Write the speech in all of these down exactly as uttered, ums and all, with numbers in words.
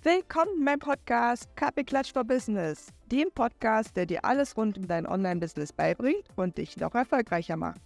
Willkommen in meinem Podcast Kaffeeklatsch for Business, dem Podcast, der dir alles rund um dein Online-Business beibringt und dich noch erfolgreicher macht.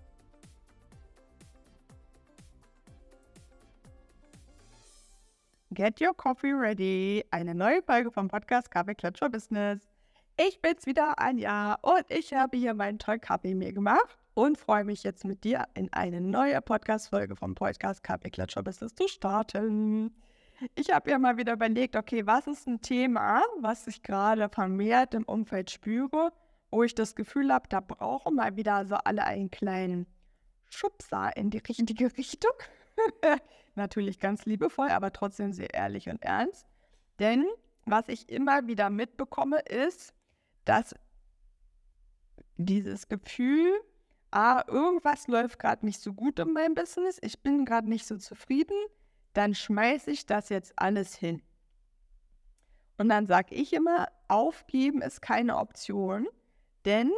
Get your coffee ready, eine neue Folge vom Podcast Kaffeeklatsch for Business. Ich bin's wieder, Anja, und ich habe hier meinen tollen Kaffee mir gemacht und freue mich jetzt mit dir in eine neue Podcast-Folge vom Podcast Kaffeeklatsch for Business zu starten. Ich habe ja mal wieder überlegt, okay, was ist ein Thema, was ich gerade vermehrt im Umfeld spüre, wo ich das Gefühl habe, da brauchen mal wieder so alle einen kleinen Schubser in die richtige Richtung. Natürlich ganz liebevoll, aber trotzdem sehr ehrlich und ernst. Denn was ich immer wieder mitbekomme, ist, dass dieses Gefühl, ah, irgendwas läuft gerade nicht so gut in meinem Business, ich bin gerade nicht so zufrieden, dann schmeiße ich das jetzt alles hin. Und dann sage ich immer, aufgeben ist keine Option, denn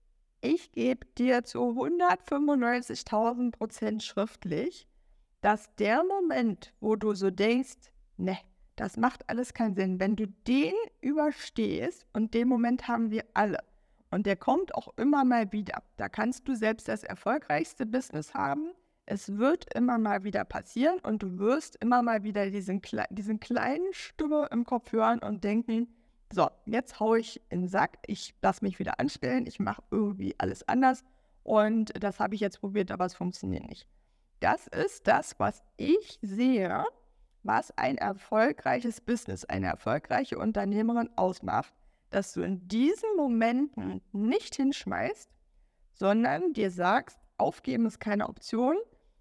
ich gebe dir zu hundertfünfundneunzigtausend Prozent schriftlich, dass der Moment, wo du so denkst, ne, das macht alles keinen Sinn, wenn du den überstehst, und den Moment haben wir alle, und der kommt auch immer mal wieder, da kannst du selbst das erfolgreichste Business haben, es wird immer mal wieder passieren und du wirst immer mal wieder diesen, diesen kleinen Stimme im Kopf hören und denken, so, jetzt haue ich in den Sack, ich lasse mich wieder anstellen, ich mache irgendwie alles anders und das habe ich jetzt probiert, aber es funktioniert nicht. Das ist das, was ich sehe, was ein erfolgreiches Business, eine erfolgreiche Unternehmerin ausmacht, dass du in diesen Momenten nicht hinschmeißt, sondern dir sagst, aufgeben ist keine Option.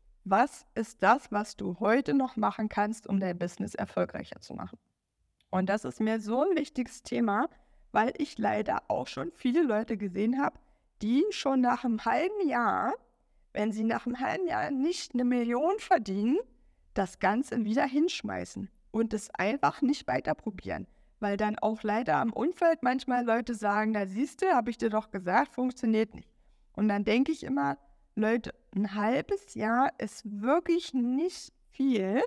Was ist das, was du heute noch machen kannst, um dein Business erfolgreicher zu machen? Und das ist mir so ein wichtiges Thema, weil ich leider auch schon viele Leute gesehen habe, die schon nach einem halben Jahr, wenn sie nach einem halben Jahr nicht eine Million verdienen, das Ganze wieder hinschmeißen und es einfach nicht weiter probieren. Weil dann auch leider am Umfeld manchmal Leute sagen, da siehst du, habe ich dir doch gesagt, funktioniert nicht. Und dann denke ich immer, Leute, ein halbes Jahr ist wirklich nicht viel,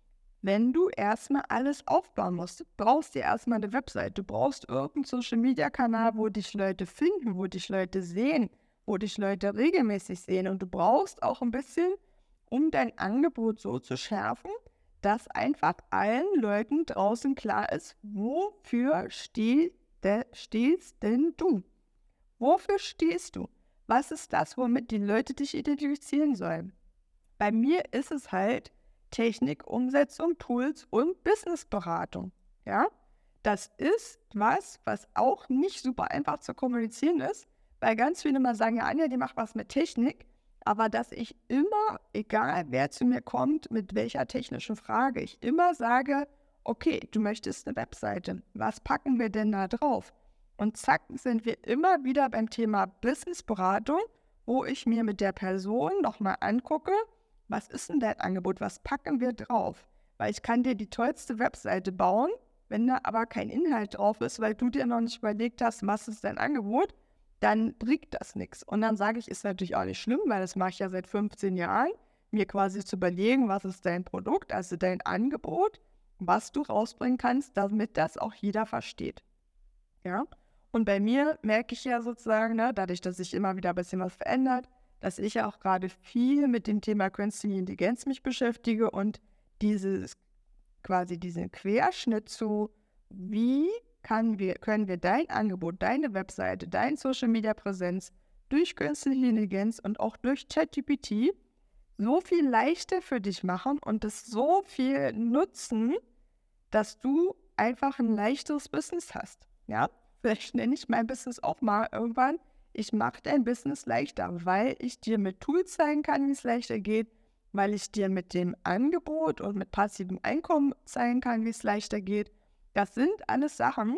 wenn du erstmal alles aufbauen musst. Du brauchst dir erstmal eine Website, du brauchst irgendeinen Social-Media-Kanal, wo dich Leute finden, wo dich Leute sehen, wo dich Leute regelmäßig sehen. Und du brauchst auch ein bisschen, um dein Angebot so zu schärfen, dass einfach allen Leuten draußen klar ist, wofür steh, de, stehst denn du? Wofür stehst du? Was ist das, womit die Leute dich identifizieren sollen? Bei mir ist es halt Technik, Umsetzung, Tools und Businessberatung. Ja? Das ist was, was auch nicht super einfach zu kommunizieren ist, weil ganz viele mal sagen, ja, Anja, die macht was mit Technik, aber dass ich immer, egal wer zu mir kommt, mit welcher technischen Frage, ich immer sage, okay, du möchtest eine Webseite, was packen wir denn da drauf? Und zack, sind wir immer wieder beim Thema Businessberatung, wo ich mir mit der Person nochmal angucke, was ist denn dein Angebot, was packen wir drauf? Weil ich kann dir die tollste Webseite bauen, wenn da aber kein Inhalt drauf ist, weil du dir noch nicht überlegt hast, was ist dein Angebot, dann bringt das nichts. Und dann sage ich, ist natürlich auch nicht schlimm, weil das mache ich ja seit fünfzehn Jahren, mir quasi zu überlegen, was ist dein Produkt, also dein Angebot, was du rausbringen kannst, damit das auch jeder versteht. Ja? Und bei mir merke ich ja sozusagen, ne, dadurch, dass sich immer wieder ein bisschen was verändert, dass ich ja auch gerade viel mit dem Thema Künstliche Intelligenz mich beschäftige und dieses quasi diesen Querschnitt zu, wie kann wir, können wir dein Angebot, deine Webseite, deine Social-Media-Präsenz durch Künstliche Intelligenz und auch durch ChatGPT so viel leichter für dich machen und es so viel nutzen, dass du einfach ein leichteres Business hast. Ja? Vielleicht nenne ich mein Business auch mal irgendwann, ich mache dein Business leichter, weil ich dir mit Tools zeigen kann, wie es leichter geht, weil ich dir mit dem Angebot und mit passivem Einkommen zeigen kann, wie es leichter geht. Das sind alles Sachen,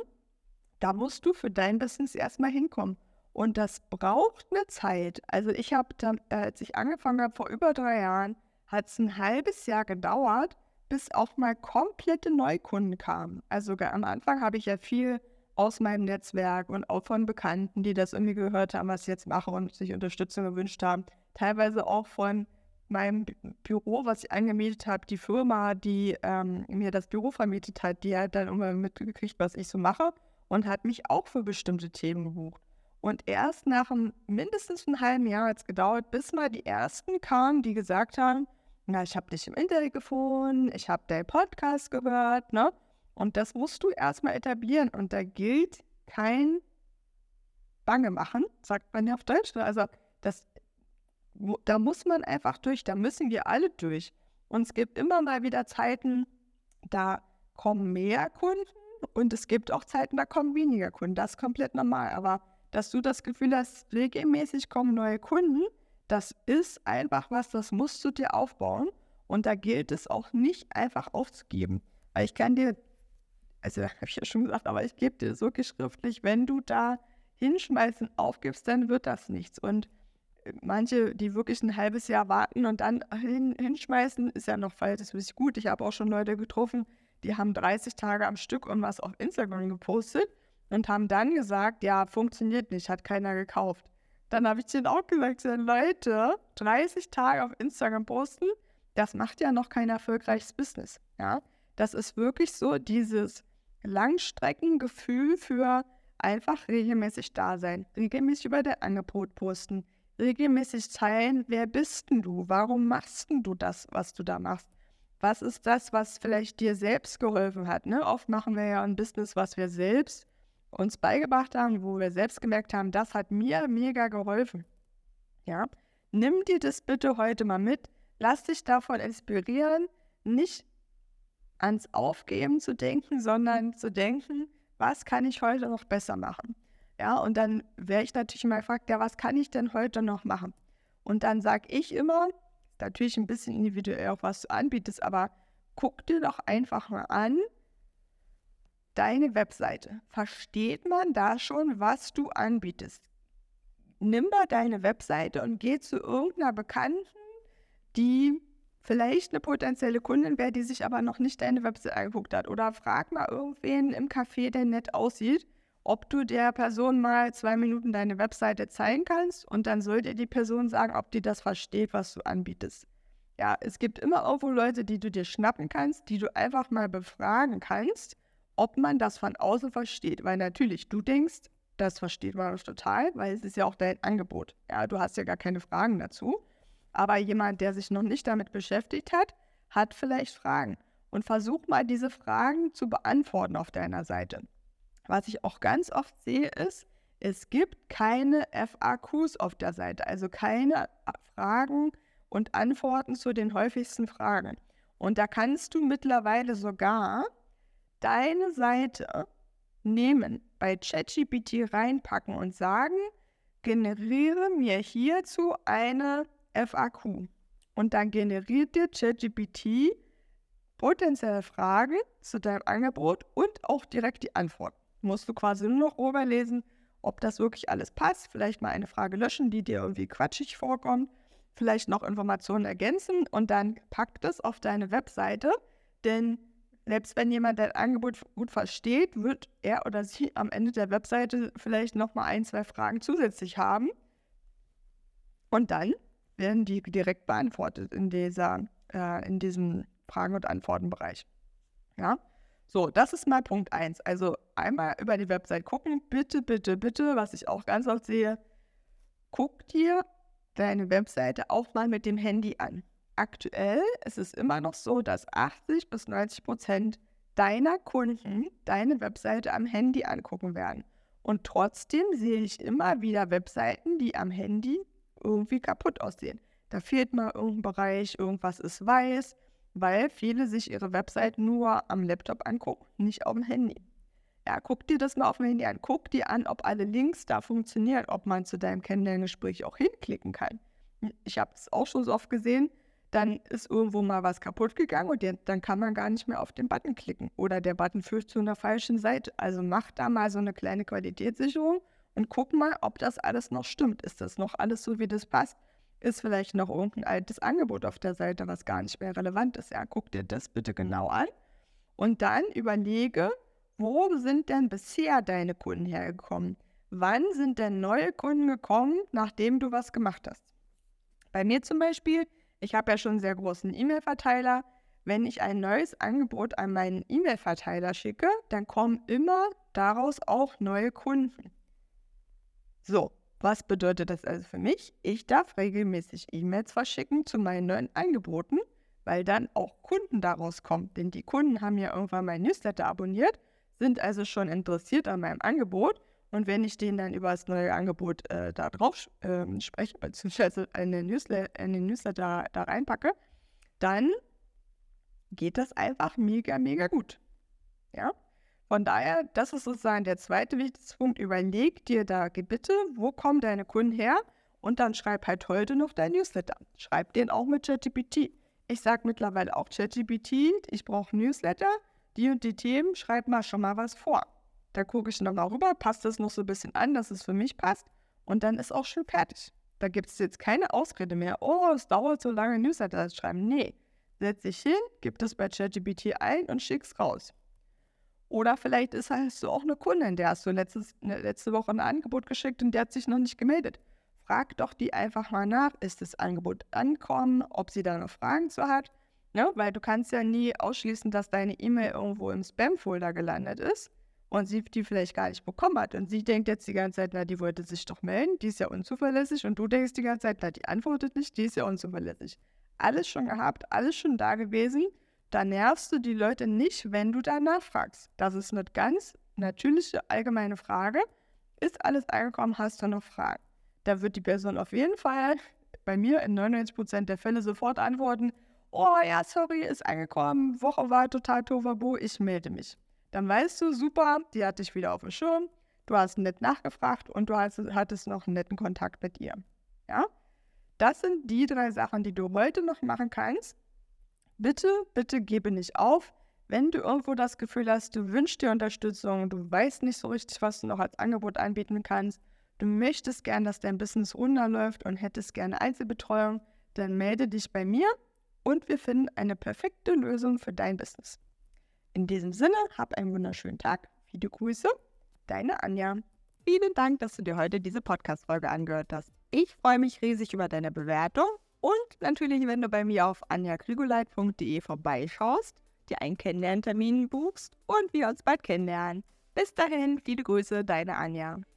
da musst du für dein Business erstmal hinkommen. Und das braucht eine Zeit. Also ich habe, als ich angefangen habe vor über drei Jahren, hat es ein halbes Jahr gedauert, bis auch mal komplette Neukunden kamen. Also am Anfang habe ich ja viel aus meinem Netzwerk und auch von Bekannten, die das irgendwie gehört haben, was ich jetzt mache und sich Unterstützung gewünscht haben. Teilweise auch von meinem Bü Büro, was ich angemietet habe, die Firma, die ähm, mir das Büro vermietet hat, die hat dann immer mitgekriegt, was ich so mache und hat mich auch für bestimmte Themen gebucht. Und erst nach 'm mindestens 'n halben Jahr hat's gedauert, bis mal die ersten kamen, die gesagt haben: „Na, ich habe dich im Internet gefunden, ich habe deinen Podcast gehört“, ne? Und das musst du erst mal etablieren und da gilt kein Bange machen, sagt man ja auf Deutsch, ne? Also, das mu da muss man einfach durch, da müssen wir alle durch. Und es gibt immer mal wieder Zeiten, da kommen mehr Kunden und es gibt auch Zeiten, da kommen weniger Kunden. Das ist komplett normal. Aber dass du das Gefühl hast, regelmäßig kommen neue Kunden, das ist einfach was, das musst du dir aufbauen. Und da gilt es auch nicht einfach aufzugeben. Weil ich kann dir, also habe ich ja schon gesagt, aber ich gebe dir so geschriftlich, wenn du da hinschmeißen aufgibst, dann wird das nichts. Und äh, manche, die wirklich ein halbes Jahr warten und dann hin, hinschmeißen, ist ja noch verhältnismäßig gut. Ich habe auch schon Leute getroffen, die haben dreißig Tage am Stück und was auf Instagram gepostet und haben dann gesagt, ja, funktioniert nicht, hat keiner gekauft. Dann habe ich denen auch gesagt, ja, Leute, dreißig Tage auf Instagram posten, das macht ja noch kein erfolgreiches Business. Ja? Das ist wirklich so dieses Langstreckengefühl für einfach regelmäßig da sein, regelmäßig über dein Angebot posten, regelmäßig teilen, wer bist denn du, warum machst denn du das, was du da machst? Was ist das, was vielleicht dir selbst geholfen hat? Ne? Oft machen wir ja ein Business, was wir selbst uns beigebracht haben, wo wir selbst gemerkt haben, das hat mir mega geholfen. Ja? Nimm dir das bitte heute mal mit, lass dich davon inspirieren, nicht ans Aufgeben zu denken, sondern zu denken, was kann ich heute noch besser machen? Ja, und dann wäre ich natürlich mal gefragt, ja, was kann ich denn heute noch machen? Und dann sage ich immer, natürlich ein bisschen individuell auch, was du anbietest, aber guck dir doch einfach mal an, deine Webseite. Versteht man da schon, was du anbietest? Nimm mal deine Webseite und geh zu irgendeiner Bekannten, die vielleicht eine potenzielle Kundin wäre, die sich aber noch nicht deine Webseite angeguckt hat. Oder frag mal irgendwen im Café, der nett aussieht, ob du der Person mal zwei Minuten deine Webseite zeigen kannst und dann soll dir die Person sagen, ob die das versteht, was du anbietest. Ja, es gibt immer irgendwo Leute, die du dir schnappen kannst, die du einfach mal befragen kannst, ob man das von außen versteht. Weil natürlich, du denkst, das versteht man total, weil es ist ja auch dein Angebot. Ja, du hast ja gar keine Fragen dazu. Aber jemand, der sich noch nicht damit beschäftigt hat, hat vielleicht Fragen. Und versuch mal, diese Fragen zu beantworten auf deiner Seite. Was ich auch ganz oft sehe, ist, es gibt keine F A Qs auf der Seite, also keine Fragen und Antworten zu den häufigsten Fragen. Und da kannst du mittlerweile sogar deine Seite nehmen, bei ChatGPT reinpacken und sagen, generiere mir hierzu eine F A Q. Und dann generiert dir ChatGPT potenzielle Fragen zu deinem Angebot und auch direkt die Antwort. Musst du quasi nur noch rüberlesen, ob das wirklich alles passt. Vielleicht mal eine Frage löschen, die dir irgendwie quatschig vorkommt. Vielleicht noch Informationen ergänzen und dann pack das auf deine Webseite. Denn selbst wenn jemand dein Angebot gut versteht, wird er oder sie am Ende der Webseite vielleicht noch mal ein, zwei Fragen zusätzlich haben. Und dann werden die direkt beantwortet in, dieser, äh, in diesem Fragen- und Antwortenbereich. Ja, so, das ist mal Punkt eins. Also einmal über die Website gucken. Bitte, bitte, bitte, was ich auch ganz oft sehe, guck dir deine Webseite auch mal mit dem Handy an. Aktuell ist es immer noch so, dass achtzig bis neunzig Prozent deiner Kunden deine Webseite am Handy angucken werden. Und trotzdem sehe ich immer wieder Webseiten, die am Handy irgendwie kaputt aussehen. Da fehlt mal irgendein Bereich, irgendwas ist weiß, weil viele sich ihre Website nur am Laptop angucken, nicht auf dem Handy. Ja, guck dir das mal auf dem Handy an. Guck dir an, ob alle Links da funktionieren, ob man zu deinem Kennenlerngespräch auch hinklicken kann. Ich habe es auch schon so oft gesehen, dann ist irgendwo mal was kaputt gegangen und der, dann kann man gar nicht mehr auf den Button klicken. Oder der Button führt zu einer falschen Seite. Also mach da mal so eine kleine Qualitätssicherung und guck mal, ob das alles noch stimmt. Ist das noch alles so, wie das passt? Ist vielleicht noch irgendein altes Angebot auf der Seite, was gar nicht mehr relevant ist? Ja, guck dir das bitte genau an. Und dann überlege, wo sind denn bisher deine Kunden hergekommen? Wann sind denn neue Kunden gekommen, nachdem du was gemacht hast? Bei mir zum Beispiel, Ich habe ja schon einen sehr großen E-Mail-Verteiler. Wenn ich ein neues Angebot an meinen E-Mail-Verteiler schicke, dann kommen immer daraus auch neue Kunden. So, was bedeutet das also für mich? Ich darf regelmäßig E-Mails verschicken zu meinen neuen Angeboten, weil dann auch Kunden daraus kommen. Denn die Kunden haben ja irgendwann mein Newsletter abonniert, sind also schon interessiert an meinem Angebot. Und wenn ich denen dann über das neue Angebot äh, da drauf äh, spreche, beziehungsweise in den Newsletter, in den Newsletter da reinpacke, dann geht das einfach mega, mega gut. Ja? Von daher, das ist sozusagen der zweite wichtigste Punkt. Überleg dir da bitte, wo kommen deine Kunden her? Und dann schreib halt heute noch dein Newsletter. Schreib den auch mit ChatGPT. Ich sage mittlerweile auch ChatGPT, ich brauche Newsletter, die und die Themen, schreib mal schon mal was vor. Da gucke ich nochmal rüber, passt das noch so ein bisschen an, dass es für mich passt. Und dann ist auch schon fertig. Da gibt es jetzt keine Ausrede mehr. Oh, es dauert so lange, Newsletter zu schreiben. Nee, setz dich hin, gib das bei ChatGPT ein und schick's raus. Oder vielleicht ist, hast du auch eine Kundin, der hast du letztes, ne, letzte Woche ein Angebot geschickt und der hat sich noch nicht gemeldet. Frag doch die einfach mal nach, ist das Angebot angekommen, ob sie da noch Fragen zu hat. Ja, weil du kannst ja nie ausschließen, dass deine E-Mail irgendwo im Spam-Folder gelandet ist und sie die vielleicht gar nicht bekommen hat. Und sie denkt jetzt die ganze Zeit, na, die wollte sich doch melden, die ist ja unzuverlässig. Und du denkst die ganze Zeit, na, die antwortet nicht, die ist ja unzuverlässig. Alles schon gehabt, alles schon da gewesen. Da nervst du die Leute nicht, wenn du da nachfragst. Das ist eine ganz natürliche, allgemeine Frage. Ist alles angekommen, hast du noch Fragen? Da wird die Person auf jeden Fall bei mir in neunundneunzig Prozent der Fälle sofort antworten, oh ja, sorry, ist angekommen, Woche war total tohuwabohu, ich melde mich. Dann weißt du, super, die hat dich wieder auf dem Schirm, du hast nett nachgefragt und du hast, hattest noch einen netten Kontakt mit ihr. Ja? Das sind die drei Sachen, die du heute noch machen kannst. Bitte, bitte gebe nicht auf. Wenn du irgendwo das Gefühl hast, du wünschst dir Unterstützung, du weißt nicht so richtig, was du noch als Angebot anbieten kannst, du möchtest gern, dass dein Business runterläuft und hättest gerne Einzelbetreuung, dann melde dich bei mir und wir finden eine perfekte Lösung für dein Business. In diesem Sinne, hab einen wunderschönen Tag. Viele Grüße, deine Anja. Vielen Dank, dass du dir heute diese Podcast-Folge angehört hast. Ich freue mich riesig über deine Bewertung und natürlich, wenn du bei mir auf anja krügoleit punkt de vorbeischaust, dir einen Kennenlerntermin buchst und wir uns bald kennenlernen. Bis dahin, viele Grüße, deine Anja.